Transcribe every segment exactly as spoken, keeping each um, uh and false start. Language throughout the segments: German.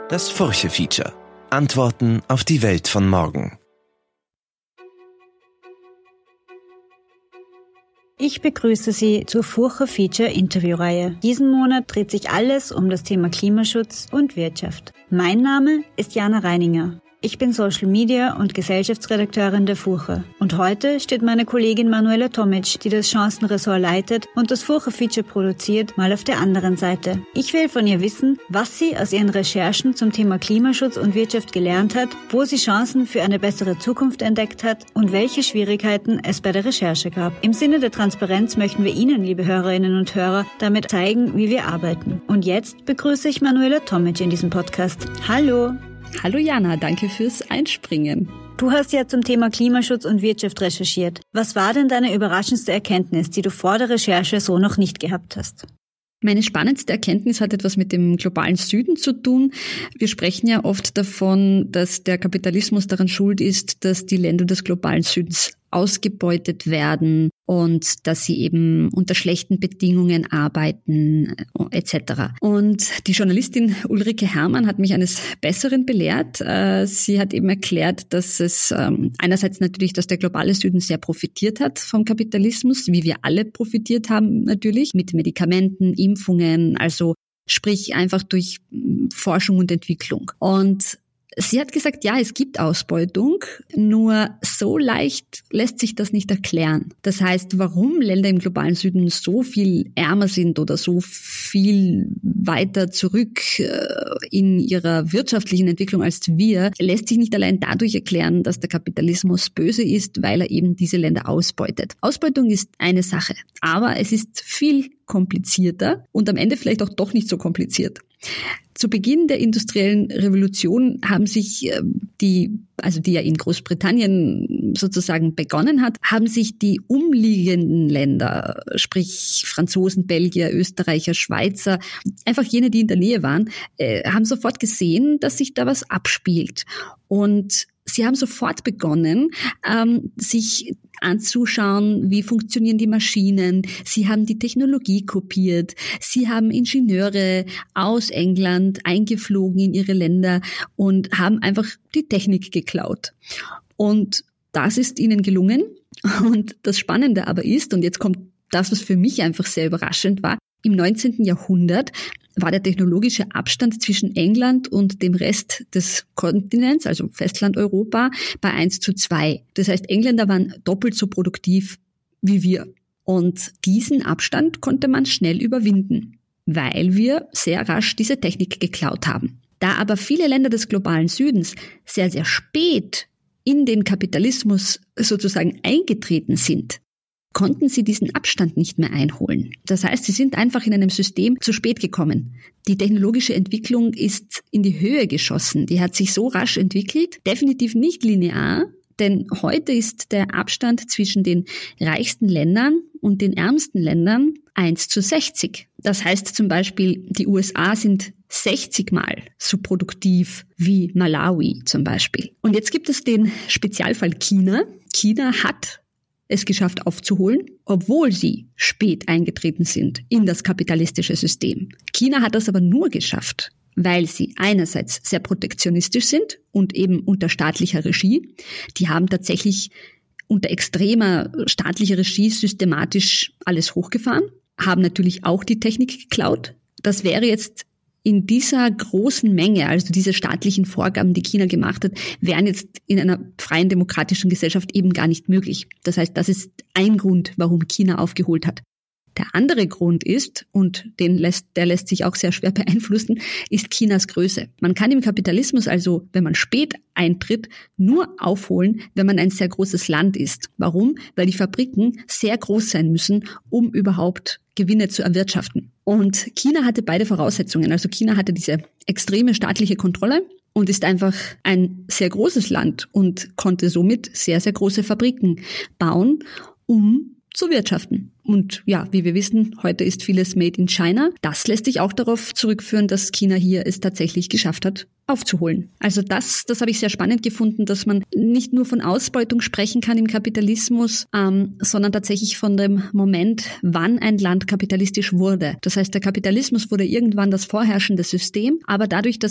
Das Furche-Feature. Antworten auf die Welt von morgen. Ich begrüße Sie zur Furche-Feature-Interviewreihe. Diesen Monat dreht sich alles um das Thema Klimaschutz und Wirtschaft. Mein Name ist Jana Reininger. Ich bin Social Media und Gesellschaftsredakteurin der Furche. Und heute steht meine Kollegin Manuela Tomic, die das Chancenressort leitet und das Furche-Feature produziert, mal auf der anderen Seite. Ich will von ihr wissen, was sie aus ihren Recherchen zum Thema Klimaschutz und Wirtschaft gelernt hat, wo sie Chancen für eine bessere Zukunft entdeckt hat und welche Schwierigkeiten es bei der Recherche gab. Im Sinne der Transparenz möchten wir Ihnen, liebe Hörerinnen und Hörer, damit zeigen, wie wir arbeiten. Und jetzt begrüße ich Manuela Tomic in diesem Podcast. Hallo! Hallo Jana, danke fürs Einspringen. Du hast ja zum Thema Klimaschutz und Wirtschaft recherchiert. Was war denn deine überraschendste Erkenntnis, die du vor der Recherche so noch nicht gehabt hast? Meine spannendste Erkenntnis hat etwas mit dem globalen Süden zu tun. Wir sprechen ja oft davon, dass der Kapitalismus daran schuld ist, dass die Länder des globalen Südens ausgebeutet werden und dass sie eben unter schlechten Bedingungen arbeiten et cetera. Und die Journalistin Ulrike Herrmann hat mich eines Besseren belehrt. Sie hat eben erklärt, dass es einerseits natürlich, dass der globale Süden sehr profitiert hat vom Kapitalismus, wie wir alle profitiert haben natürlich, mit Medikamenten, Impfungen, also sprich einfach durch Forschung und Entwicklung. Und sie hat gesagt, ja, es gibt Ausbeutung, nur so leicht lässt sich das nicht erklären. Das heißt, warum Länder im globalen Süden so viel ärmer sind oder so viel weiter zurück in ihrer wirtschaftlichen Entwicklung als wir, lässt sich nicht allein dadurch erklären, dass der Kapitalismus böse ist, weil er eben diese Länder ausbeutet. Ausbeutung ist eine Sache, aber es ist viel komplizierter und am Ende vielleicht auch doch nicht so kompliziert. Zu Beginn der industriellen Revolution haben sich die, also die ja in Großbritannien sozusagen begonnen hat, haben sich die umliegenden Länder, sprich Franzosen, Belgier, Österreicher, Schweizer, einfach jene, die in der Nähe waren, haben sofort gesehen, dass sich da was abspielt. Und sie haben sofort begonnen, ähm, sich anzuschauen, wie funktionieren die Maschinen. Sie haben die Technologie kopiert. Sie haben Ingenieure aus England eingeflogen in ihre Länder und haben einfach die Technik geklaut. Und das ist ihnen gelungen. Und das Spannende aber ist, und jetzt kommt das, was für mich einfach sehr überraschend war, im neunzehnten Jahrhundert war der technologische Abstand zwischen England und dem Rest des Kontinents, also Festlandeuropa, bei eins zu zwei. Das heißt, Engländer waren doppelt so produktiv wie wir. Und diesen Abstand konnte man schnell überwinden, weil wir sehr rasch diese Technik geklaut haben. Da aber viele Länder des globalen Südens sehr, sehr spät in den Kapitalismus sozusagen eingetreten sind, konnten sie diesen Abstand nicht mehr einholen. Das heißt, sie sind einfach in einem System zu spät gekommen. Die technologische Entwicklung ist in die Höhe geschossen. Die hat sich so rasch entwickelt, definitiv nicht linear, denn heute ist der Abstand zwischen den reichsten Ländern und den ärmsten Ländern eins zu sechzig. Das heißt zum Beispiel, die U S A sind sechzig Mal so produktiv wie Malawi zum Beispiel. Und jetzt gibt es den Spezialfall China. China hat es geschafft aufzuholen, obwohl sie spät eingetreten sind in das kapitalistische System. China hat das aber nur geschafft, weil sie einerseits sehr protektionistisch sind und eben unter staatlicher Regie. Die haben tatsächlich unter extremer staatlicher Regie systematisch alles hochgefahren, haben natürlich auch die Technik geklaut. Das wäre jetzt in dieser großen Menge, also diese staatlichen Vorgaben, die China gemacht hat, wären jetzt in einer freien demokratischen Gesellschaft eben gar nicht möglich. Das heißt, das ist ein Grund, warum China aufgeholt hat. Der andere Grund ist, und den lässt, der lässt sich auch sehr schwer beeinflussen, ist Chinas Größe. Man kann im Kapitalismus also, wenn man spät eintritt, nur aufholen, wenn man ein sehr großes Land ist. Warum? Weil die Fabriken sehr groß sein müssen, um überhaupt Gewinne zu erwirtschaften. Und China hatte beide Voraussetzungen. Also China hatte diese extreme staatliche Kontrolle und ist einfach ein sehr großes Land und konnte somit sehr, sehr große Fabriken bauen, um zu wirtschaften. Und ja, wie wir wissen, heute ist vieles made in China. Das lässt sich auch darauf zurückführen, dass China hier es tatsächlich geschafft hat, aufzuholen. Also das, das habe ich sehr spannend gefunden, dass man nicht nur von Ausbeutung sprechen kann im Kapitalismus, ähm, sondern tatsächlich von dem Moment, wann ein Land kapitalistisch wurde. Das heißt, der Kapitalismus wurde irgendwann das vorherrschende System, aber dadurch, dass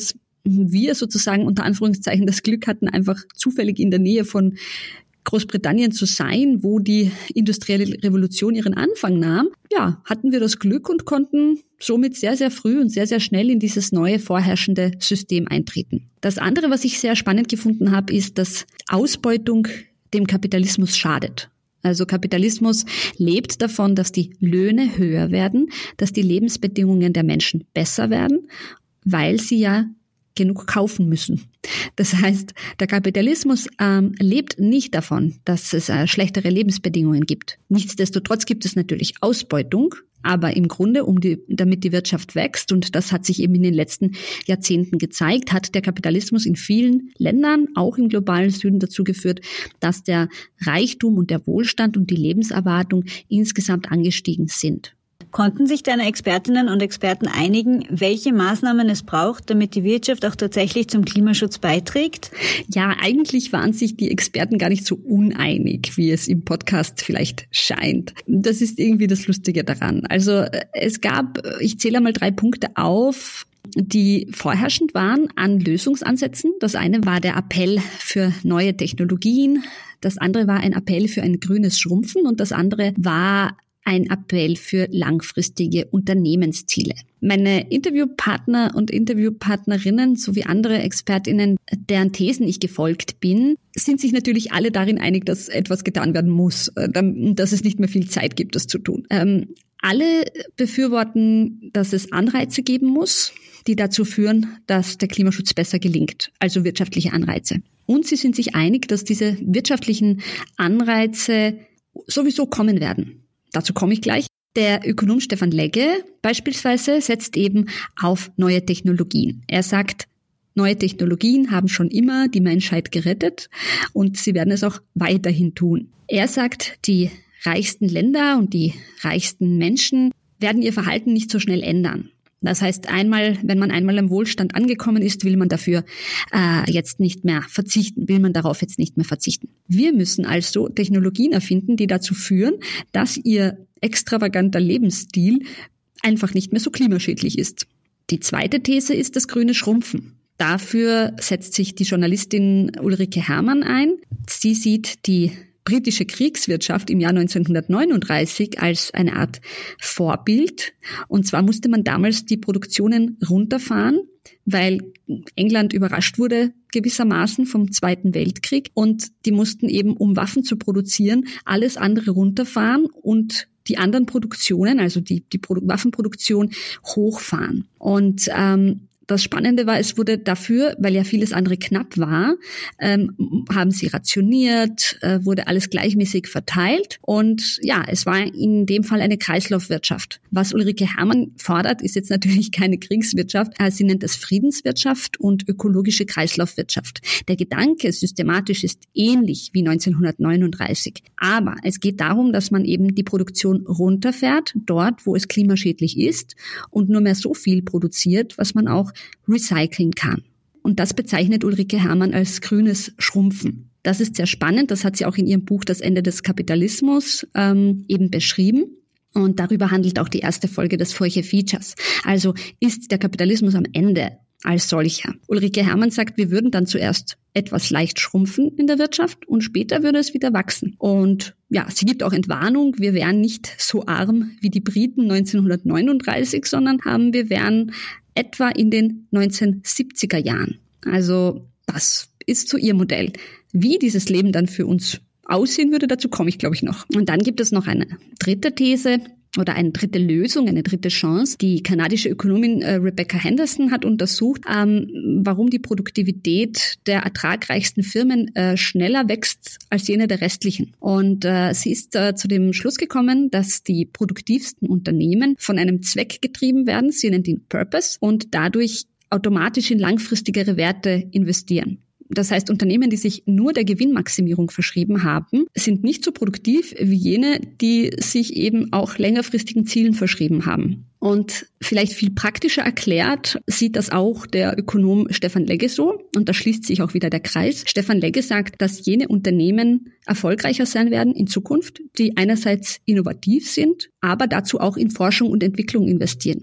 wir sozusagen unter Anführungszeichen das Glück hatten, einfach zufällig in der Nähe von Großbritannien zu sein, wo die industrielle Revolution ihren Anfang nahm, ja, hatten wir das Glück und konnten somit sehr, sehr früh und sehr, sehr schnell in dieses neue vorherrschende System eintreten. Das andere, was ich sehr spannend gefunden habe, ist, dass Ausbeutung dem Kapitalismus schadet. Also Kapitalismus lebt davon, dass die Löhne höher werden, dass die Lebensbedingungen der Menschen besser werden, weil sie ja genug kaufen müssen. Das heißt, der Kapitalismus ähm, lebt nicht davon, dass es äh, schlechtere Lebensbedingungen gibt. Nichtsdestotrotz gibt es natürlich Ausbeutung, aber im Grunde, um die, damit die Wirtschaft wächst, und das hat sich eben in den letzten Jahrzehnten gezeigt, hat der Kapitalismus in vielen Ländern, auch im globalen Süden, dazu geführt, dass der Reichtum und der Wohlstand und die Lebenserwartung insgesamt angestiegen sind. Konnten sich deine Expertinnen und Experten einigen, welche Maßnahmen es braucht, damit die Wirtschaft auch tatsächlich zum Klimaschutz beiträgt? Ja, eigentlich waren sich die Experten gar nicht so uneinig, wie es im Podcast vielleicht scheint. Das ist irgendwie das Lustige daran. Also es gab, ich zähle mal drei Punkte auf, die vorherrschend waren an Lösungsansätzen. Das eine war der Appell für neue Technologien, das andere war ein Appell für ein grünes Schrumpfen und das andere war ein Appell für langfristige Unternehmensziele. Meine Interviewpartner und Interviewpartnerinnen sowie andere ExpertInnen, deren Thesen ich gefolgt bin, sind sich natürlich alle darin einig, dass etwas getan werden muss, dass es nicht mehr viel Zeit gibt, das zu tun. Ähm, alle befürworten, dass es Anreize geben muss, die dazu führen, dass der Klimaschutz besser gelingt, also wirtschaftliche Anreize. Und sie sind sich einig, dass diese wirtschaftlichen Anreize sowieso kommen werden. Dazu komme ich gleich. Der Ökonom Stefan Legge beispielsweise setzt eben auf neue Technologien. Er sagt, neue Technologien haben schon immer die Menschheit gerettet und sie werden es auch weiterhin tun. Er sagt, die reichsten Länder und die reichsten Menschen werden ihr Verhalten nicht so schnell ändern. Das heißt, einmal, wenn man einmal am Wohlstand angekommen ist, will man dafür äh, jetzt nicht mehr verzichten, will man darauf jetzt nicht mehr verzichten. Wir müssen also Technologien erfinden, die dazu führen, dass ihr extravaganter Lebensstil einfach nicht mehr so klimaschädlich ist. Die zweite These ist das grüne Schrumpfen. Dafür setzt sich die Journalistin Ulrike Herrmann ein. Sie sieht die britische Kriegswirtschaft im Jahr neunzehnhundertneununddreißig als eine Art Vorbild. Und zwar musste man damals die Produktionen runterfahren, weil England überrascht wurde gewissermaßen vom Zweiten Weltkrieg. Und die mussten eben, um Waffen zu produzieren, alles andere runterfahren und die anderen Produktionen, also die, die Produ- Waffenproduktion, hochfahren. Und ähm, das Spannende war, es wurde dafür, weil ja vieles andere knapp war, ähm, haben sie rationiert, äh, wurde alles gleichmäßig verteilt und ja, es war in dem Fall eine Kreislaufwirtschaft. Was Ulrike Herrmann fordert, ist jetzt natürlich keine Kriegswirtschaft, äh, sie nennt es Friedenswirtschaft und ökologische Kreislaufwirtschaft. Der Gedanke systematisch ist ähnlich wie neunzehnhundertneununddreißig, aber es geht darum, dass man eben die Produktion runterfährt, dort, wo es klimaschädlich ist und nur mehr so viel produziert, was man auch recyceln kann. Und das bezeichnet Ulrike Herrmann als grünes Schrumpfen. Das ist sehr spannend, das hat sie auch in ihrem Buch Das Ende des Kapitalismus ähm, eben beschrieben. Und darüber handelt auch die erste Folge des Furche Features. Also ist der Kapitalismus am Ende als solcher. Ulrike Herrmann sagt, wir würden dann zuerst etwas leicht schrumpfen in der Wirtschaft und später würde es wieder wachsen. Und ja, sie gibt auch Entwarnung, wir wären nicht so arm wie die Briten neunzehnhundertneununddreißig, sondern haben, wir wären etwa in den neunzehnhundertsiebziger Jahren. Also das ist so ihr Modell. Wie dieses Leben dann für uns aussehen würde, dazu komme ich, glaube ich, noch. Und dann gibt es noch eine dritte These oder eine dritte Lösung, eine dritte Chance. Die kanadische Ökonomin äh, Rebecca Henderson hat untersucht, ähm, warum die Produktivität der ertragreichsten Firmen äh, schneller wächst als jene der restlichen. Und äh, sie ist äh, zu dem Schluss gekommen, dass die produktivsten Unternehmen von einem Zweck getrieben werden. Sie nennt ihn Purpose und dadurch automatisch in langfristigere Werte investieren. Das heißt, Unternehmen, die sich nur der Gewinnmaximierung verschrieben haben, sind nicht so produktiv wie jene, die sich eben auch längerfristigen Zielen verschrieben haben. Und vielleicht viel praktischer erklärt sieht das auch der Ökonom Stefan Legge so. Und da schließt sich auch wieder der Kreis. Stefan Legge sagt, dass jene Unternehmen erfolgreicher sein werden in Zukunft, die einerseits innovativ sind, aber dazu auch in Forschung und Entwicklung investieren.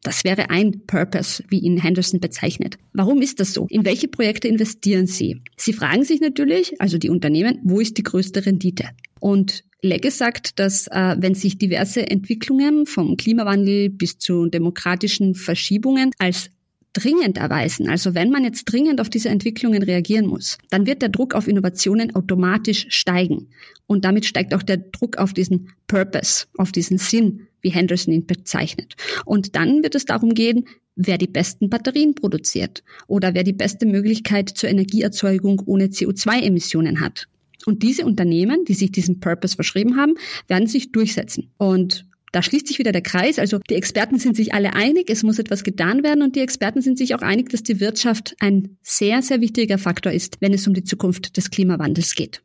Das wäre ein Purpose, wie ihn Henderson bezeichnet. Warum ist das so? In welche Projekte investieren Sie? Sie fragen sich natürlich, also die Unternehmen, wo ist die größte Rendite? Und Legge sagt, dass äh, wenn sich diverse Entwicklungen vom Klimawandel bis zu demokratischen Verschiebungen als dringend erweisen, also wenn man jetzt dringend auf diese Entwicklungen reagieren muss, dann wird der Druck auf Innovationen automatisch steigen. Und damit steigt auch der Druck auf diesen Purpose, auf diesen Sinn, wie Henderson ihn bezeichnet. Und dann wird es darum gehen, wer die besten Batterien produziert oder wer die beste Möglichkeit zur Energieerzeugung ohne C O zwei Emissionen hat. Und diese Unternehmen, die sich diesem Purpose verschrieben haben, werden sich durchsetzen. Und da schließt sich wieder der Kreis. Also die Experten sind sich alle einig, es muss etwas getan werden und die Experten sind sich auch einig, dass die Wirtschaft ein sehr, sehr wichtiger Faktor ist, wenn es um die Zukunft des Klimawandels geht.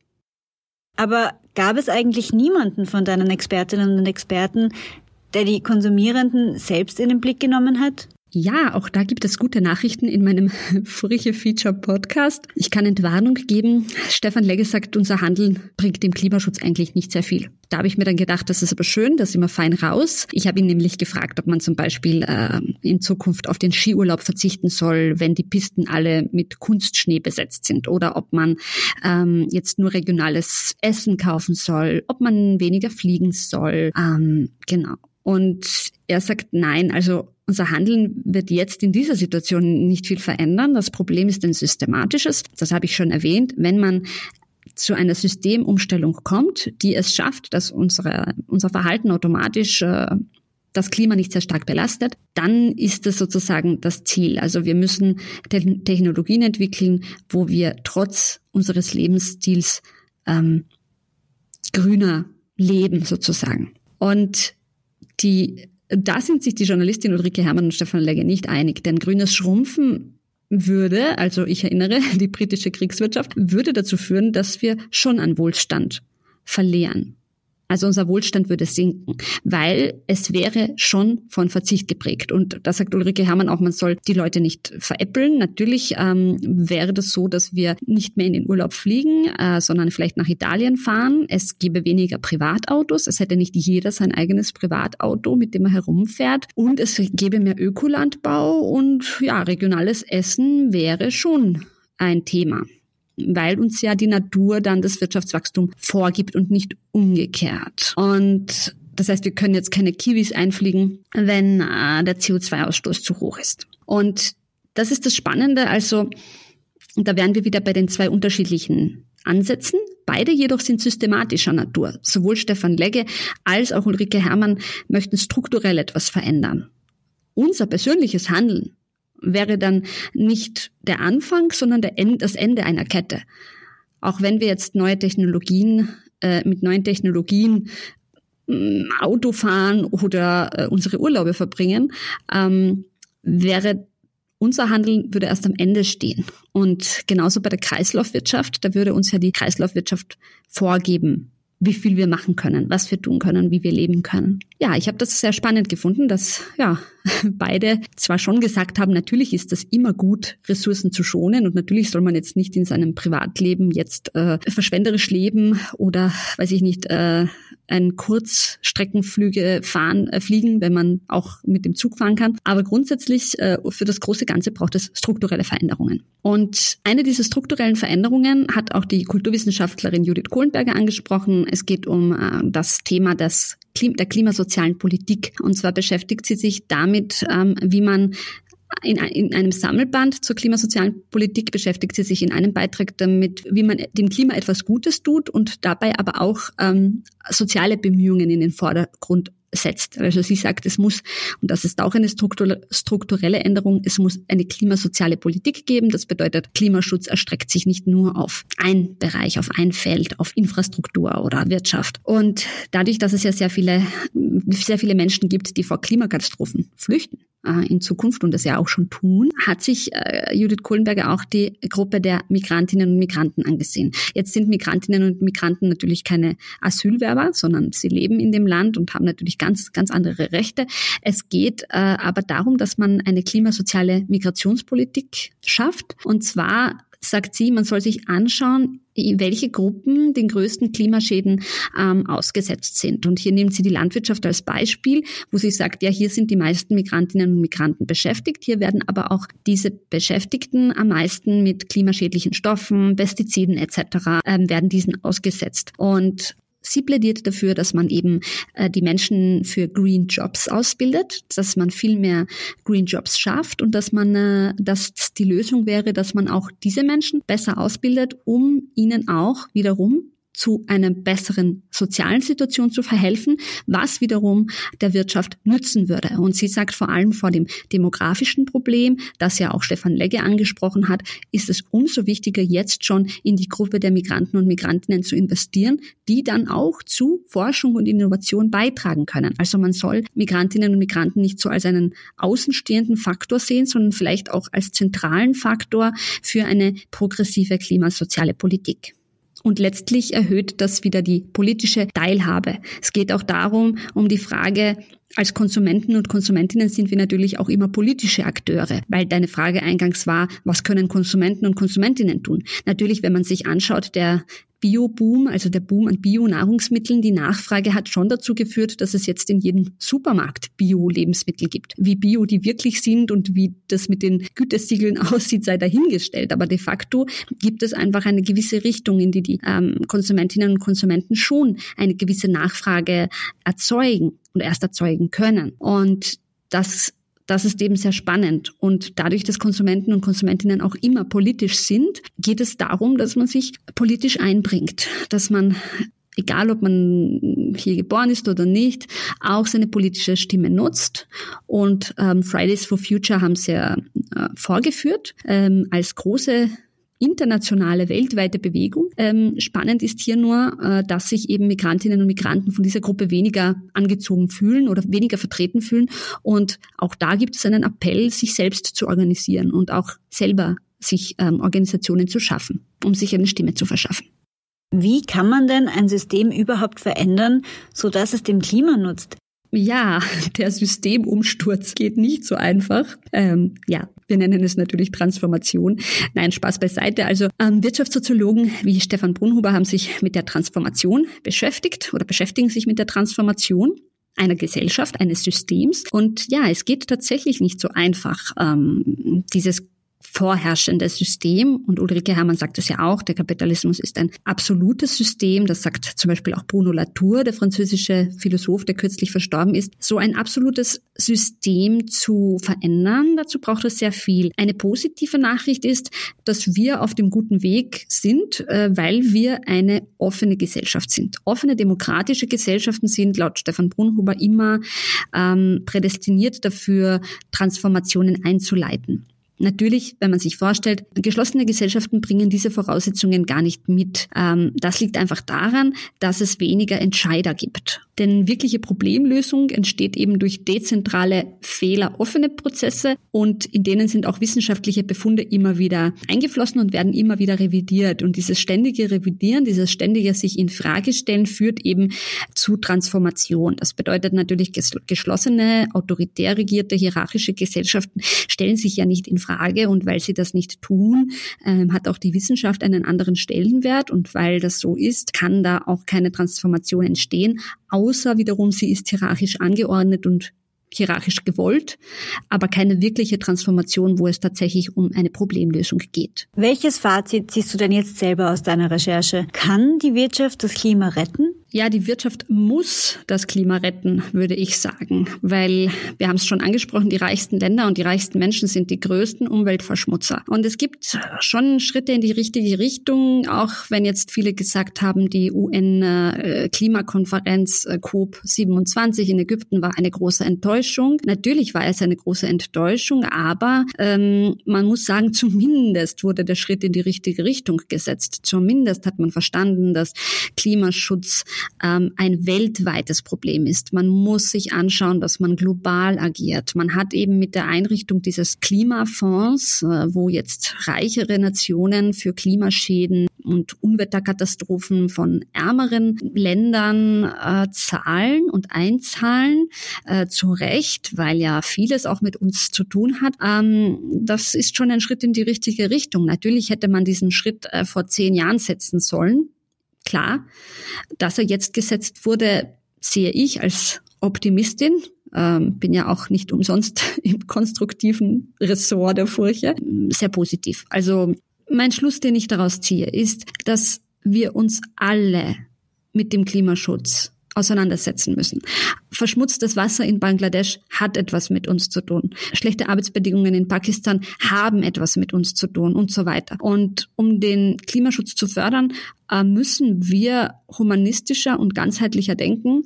Aber gab es eigentlich niemanden von deinen Expertinnen und Experten, der die Konsumierenden selbst in den Blick genommen hat? Ja, auch da gibt es gute Nachrichten in meinem Furche Feature Podcast. Ich kann Entwarnung geben. Stefan Legge sagt, unser Handeln bringt dem Klimaschutz eigentlich nicht sehr viel. Da habe ich mir dann gedacht, das ist aber schön, da sind wir fein raus. Ich habe ihn nämlich gefragt, ob man zum Beispiel äh, in Zukunft auf den Skiurlaub verzichten soll, wenn die Pisten alle mit Kunstschnee besetzt sind oder ob man ähm, jetzt nur regionales Essen kaufen soll, ob man weniger fliegen soll. Ähm, genau. Und er sagt, nein, also unser Handeln wird jetzt in dieser Situation nicht viel verändern. Das Problem ist ein systematisches. Das habe ich schon erwähnt. Wenn man zu einer Systemumstellung kommt, die es schafft, dass unsere, unser Verhalten automatisch äh, das Klima nicht sehr stark belastet, dann ist das sozusagen das Ziel. Also wir müssen Te- Technologien entwickeln, wo wir trotz unseres Lebensstils ähm, grüner leben sozusagen. Und die Da sind sich die Journalistin Ulrike Herrmann und Stefan Legge nicht einig, denn grünes Schrumpfen würde, also ich erinnere, die britische Kriegswirtschaft, würde dazu führen, dass wir schon an Wohlstand verlieren. Also unser Wohlstand würde sinken, weil es wäre schon von Verzicht geprägt. Und da sagt Ulrike Herrmann auch, man soll die Leute nicht veräppeln. Natürlich ähm, wäre das so, dass wir nicht mehr in den Urlaub fliegen, äh, sondern vielleicht nach Italien fahren. Es gäbe weniger Privatautos. Es hätte nicht jeder sein eigenes Privatauto, mit dem er herumfährt. Und es gäbe mehr Ökolandbau und ja, regionales Essen wäre schon ein Thema, weil uns ja die Natur dann das Wirtschaftswachstum vorgibt und nicht umgekehrt. Und das heißt, wir können jetzt keine Kiwis einfliegen, wenn äh, der C O zwei Ausstoß zu hoch ist. Und das ist das Spannende. Also da wären wir wieder bei den zwei unterschiedlichen Ansätzen. Beide jedoch sind systematischer Natur. Sowohl Stefan Legge als auch Ulrike Herrmann möchten strukturell etwas verändern. Unser persönliches Handeln wäre dann nicht der Anfang, sondern der End, das Ende einer Kette. Auch wenn wir jetzt neue Technologien, äh, mit neuen Technologien äh, Auto fahren oder äh, unsere Urlaube verbringen, ähm, wäre unser Handeln würde erst am Ende stehen. Und genauso bei der Kreislaufwirtschaft, da würde uns ja die Kreislaufwirtschaft vorgeben, wie viel wir machen können, was wir tun können, wie wir leben können. Ja, ich habe das sehr spannend gefunden, dass ja beide zwar schon gesagt haben, natürlich ist das immer gut, Ressourcen zu schonen und natürlich soll man jetzt nicht in seinem Privatleben jetzt äh, verschwenderisch leben oder, weiß ich nicht, äh, ein Kurzstreckenflüge fahren, äh, fliegen, wenn man auch mit dem Zug fahren kann. Aber grundsätzlich äh, für das große Ganze braucht es strukturelle Veränderungen. Und eine dieser strukturellen Veränderungen hat auch die Kulturwissenschaftlerin Judith Kohlenberger angesprochen. Es geht um äh, das Thema des Klim- der klimasozialen Politik. Und zwar beschäftigt sie sich damit, ähm, wie man in, in einem Sammelband zur klimasozialen Politik beschäftigt sie sich in einem Beitrag damit, wie man dem Klima etwas Gutes tut und dabei aber auch ähm, soziale Bemühungen in den Vordergrund setzt. Also sie sagt, es muss, und das ist auch eine strukturelle Änderung, es muss eine klimasoziale Politik geben. Das bedeutet, Klimaschutz erstreckt sich nicht nur auf ein Bereich, auf ein Feld, auf Infrastruktur oder Wirtschaft. Und dadurch, dass es ja sehr viele, sehr viele Menschen gibt, die vor Klimakatastrophen flüchten äh, in Zukunft und das ja auch schon tun, hat sich äh, Judith Kohlenberger auch die Gruppe der Migrantinnen und Migranten angesehen. Jetzt sind Migrantinnen und Migranten natürlich keine Asylwerber, sondern sie leben in dem Land und haben natürlich ganz, ganz andere Rechte. Es geht äh, aber darum, dass man eine klimasoziale Migrationspolitik schafft. Und zwar sagt sie, man soll sich anschauen, welche Gruppen den größten Klimaschäden ähm, ausgesetzt sind. Und hier nimmt sie die Landwirtschaft als Beispiel, wo sie sagt, ja, hier sind die meisten Migrantinnen und Migranten beschäftigt. Hier werden aber auch diese Beschäftigten am meisten mit klimaschädlichen Stoffen, Pestiziden et cetera ähm, werden diesen ausgesetzt. Und sie plädiert dafür, dass man eben äh, die Menschen für Green Jobs ausbildet, dass man viel mehr Green Jobs schafft und dass man, äh, dass die Lösung wäre, dass man auch diese Menschen besser ausbildet, um ihnen auch wiederum zu einer besseren sozialen Situation zu verhelfen, was wiederum der Wirtschaft nützen würde. Und sie sagt, vor allem vor dem demografischen Problem, das ja auch Stefan Legge angesprochen hat, ist es umso wichtiger, jetzt schon in die Gruppe der Migranten und Migrantinnen zu investieren, die dann auch zu Forschung und Innovation beitragen können. Also man soll Migrantinnen und Migranten nicht so als einen außenstehenden Faktor sehen, sondern vielleicht auch als zentralen Faktor für eine progressive klimasoziale Politik. Und letztlich erhöht das wieder die politische Teilhabe. Es geht auch darum, um die Frage, als Konsumenten und Konsumentinnen sind wir natürlich auch immer politische Akteure, weil deine Frage eingangs war, was können Konsumenten und Konsumentinnen tun? Natürlich, wenn man sich anschaut, der Bio-Boom, also der Boom an Bio-Nahrungsmitteln, die Nachfrage hat schon dazu geführt, dass es jetzt in jedem Supermarkt Bio-Lebensmittel gibt. Wie bio die wirklich sind und wie das mit den Gütesiegeln aussieht, sei dahingestellt. Aber de facto gibt es einfach eine gewisse Richtung, in die die ähm, Konsumentinnen und Konsumenten schon eine gewisse Nachfrage erzeugen und erst erzeugen können. Und das Das ist eben sehr spannend. Und dadurch, dass Konsumenten und Konsumentinnen auch immer politisch sind, geht es darum, dass man sich politisch einbringt, dass man, egal ob man hier geboren ist oder nicht, auch seine politische Stimme nutzt. Und ähm, Fridays for Future haben es ja äh, vorgeführt ähm, als große internationale, weltweite Bewegung. Ähm, spannend ist hier nur, äh, dass sich eben Migrantinnen und Migranten von dieser Gruppe weniger angezogen fühlen oder weniger vertreten fühlen. Und auch da gibt es einen Appell, sich selbst zu organisieren und auch selber sich ähm, Organisationen zu schaffen, um sich eine Stimme zu verschaffen. Wie kann man denn ein System überhaupt verändern, sodass es dem Klima nutzt? Ja, der Systemumsturz geht nicht so einfach. Ähm, ja, wir nennen es natürlich Transformation. Nein, Spaß beiseite. Also ähm, Wirtschaftssoziologen wie Stefan Brunhuber haben sich mit der Transformation beschäftigt oder beschäftigen sich mit der Transformation einer Gesellschaft, eines Systems. Und ja, es geht tatsächlich nicht so einfach, ähm, dieses vorherrschende System. Und Ulrike Herrmann sagt es ja auch, der Kapitalismus ist ein absolutes System. Das sagt zum Beispiel auch Bruno Latour, der französische Philosoph, der kürzlich verstorben ist. So ein absolutes System zu verändern, dazu braucht es sehr viel. Eine positive Nachricht ist, dass wir auf dem guten Weg sind, weil wir eine offene Gesellschaft sind. Offene demokratische Gesellschaften sind laut Stefan Brunhuber immer ähm, prädestiniert dafür, Transformationen einzuleiten. Natürlich, wenn man sich vorstellt, geschlossene Gesellschaften bringen diese Voraussetzungen gar nicht mit. Das liegt einfach daran, dass es weniger Entscheider gibt. Denn wirkliche Problemlösung entsteht eben durch dezentrale, fehleroffene Prozesse und in denen sind auch wissenschaftliche Befunde immer wieder eingeflossen und werden immer wieder revidiert. Und dieses ständige Revidieren, dieses ständige sich in Frage stellen, führt eben zu Transformation. Das bedeutet natürlich, geschlossene, autoritär regierte, hierarchische Gesellschaften stellen sich ja nicht in Frage. Frage. Und weil sie das nicht tun, ähm, hat auch die Wissenschaft einen anderen Stellenwert. Und weil das so ist, kann da auch keine Transformation entstehen, außer wiederum, sie ist hierarchisch angeordnet und hierarchisch gewollt, aber keine wirkliche Transformation, wo es tatsächlich um eine Problemlösung geht. Welches Fazit ziehst du denn jetzt selber aus deiner Recherche? Kann die Wirtschaft das Klima retten? Ja, die Wirtschaft muss das Klima retten, würde ich sagen, weil wir haben es schon angesprochen, die reichsten Länder und die reichsten Menschen sind die größten Umweltverschmutzer. Und es gibt schon Schritte in die richtige Richtung, auch wenn jetzt viele gesagt haben, die U N-Klimakonferenz äh, COP siebenundzwanzig in Ägypten war eine große Enttäuschung. Natürlich war es eine große Enttäuschung, aber ähm, man muss sagen, zumindest wurde der Schritt in die richtige Richtung gesetzt. Zumindest hat man verstanden, dass Klimaschutz ein weltweites Problem ist. Man muss sich anschauen, dass man global agiert. Man hat eben mit der Einrichtung dieses Klimafonds, wo jetzt reichere Nationen für Klimaschäden und Unwetterkatastrophen von ärmeren Ländern äh, zahlen und einzahlen, äh, zu Recht, weil ja vieles auch mit uns zu tun hat. Ähm, das ist schon ein Schritt in die richtige Richtung. Natürlich hätte man diesen Schritt äh, vor zehn Jahren setzen sollen. Klar, dass er jetzt gesetzt wurde, sehe ich als Optimistin. Ähm, bin ja auch nicht umsonst im konstruktiven Ressort der Furche. Sehr positiv. Also mein Schluss, den ich daraus ziehe, ist, dass wir uns alle mit dem Klimaschutz auseinandersetzen müssen. Verschmutztes Wasser in Bangladesch hat etwas mit uns zu tun. Schlechte Arbeitsbedingungen in Pakistan haben etwas mit uns zu tun und so weiter. Und um den Klimaschutz zu fördern, müssen wir humanistischer und ganzheitlicher denken.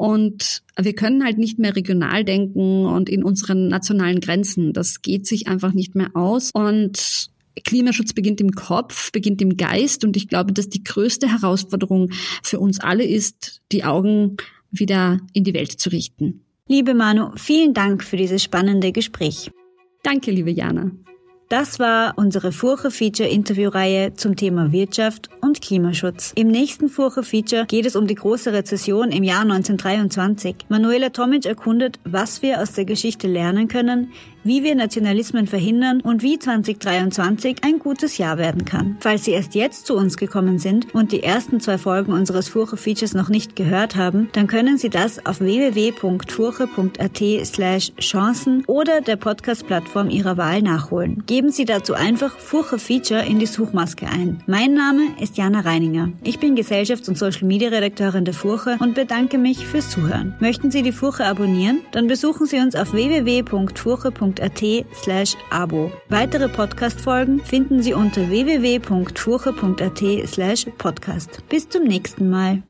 Und wir können halt nicht mehr regional denken und in unseren nationalen Grenzen. Das geht sich einfach nicht mehr aus. Und Klimaschutz beginnt im Kopf, beginnt im Geist, und ich glaube, dass die größte Herausforderung für uns alle ist, die Augen wieder in die Welt zu richten. Liebe Manu, vielen Dank für dieses spannende Gespräch. Danke, liebe Jana. Das war unsere Furche-Feature-Interviewreihe zum Thema Wirtschaft und Klimaschutz. Im nächsten Furche-Feature geht es um die große Rezession im Jahr neunzehnhundertdreiundzwanzig. Manuela Tomic erkundet, was wir aus der Geschichte lernen können, wie wir Nationalismen verhindern und wie zweitausenddreiundzwanzig ein gutes Jahr werden kann. Falls Sie erst jetzt zu uns gekommen sind und die ersten zwei Folgen unseres Furche-Features noch nicht gehört haben, dann können Sie das auf w w w punkt furche punkt a t slash chancen oder der Podcast-Plattform Ihrer Wahl nachholen. Geben Sie dazu einfach Furche-Feature in die Suchmaske ein. Mein Name ist Jana Reininger. Ich bin Gesellschafts- und Social-Media-Redakteurin der Furche und bedanke mich fürs Zuhören. Möchten Sie die Furche abonnieren? Dann besuchen Sie uns auf w w w punkt furche punkt a t slash abo. Weitere Podcast-Folgen finden Sie unter w w w punkt furche punkt a t slash podcast. Bis zum nächsten Mal.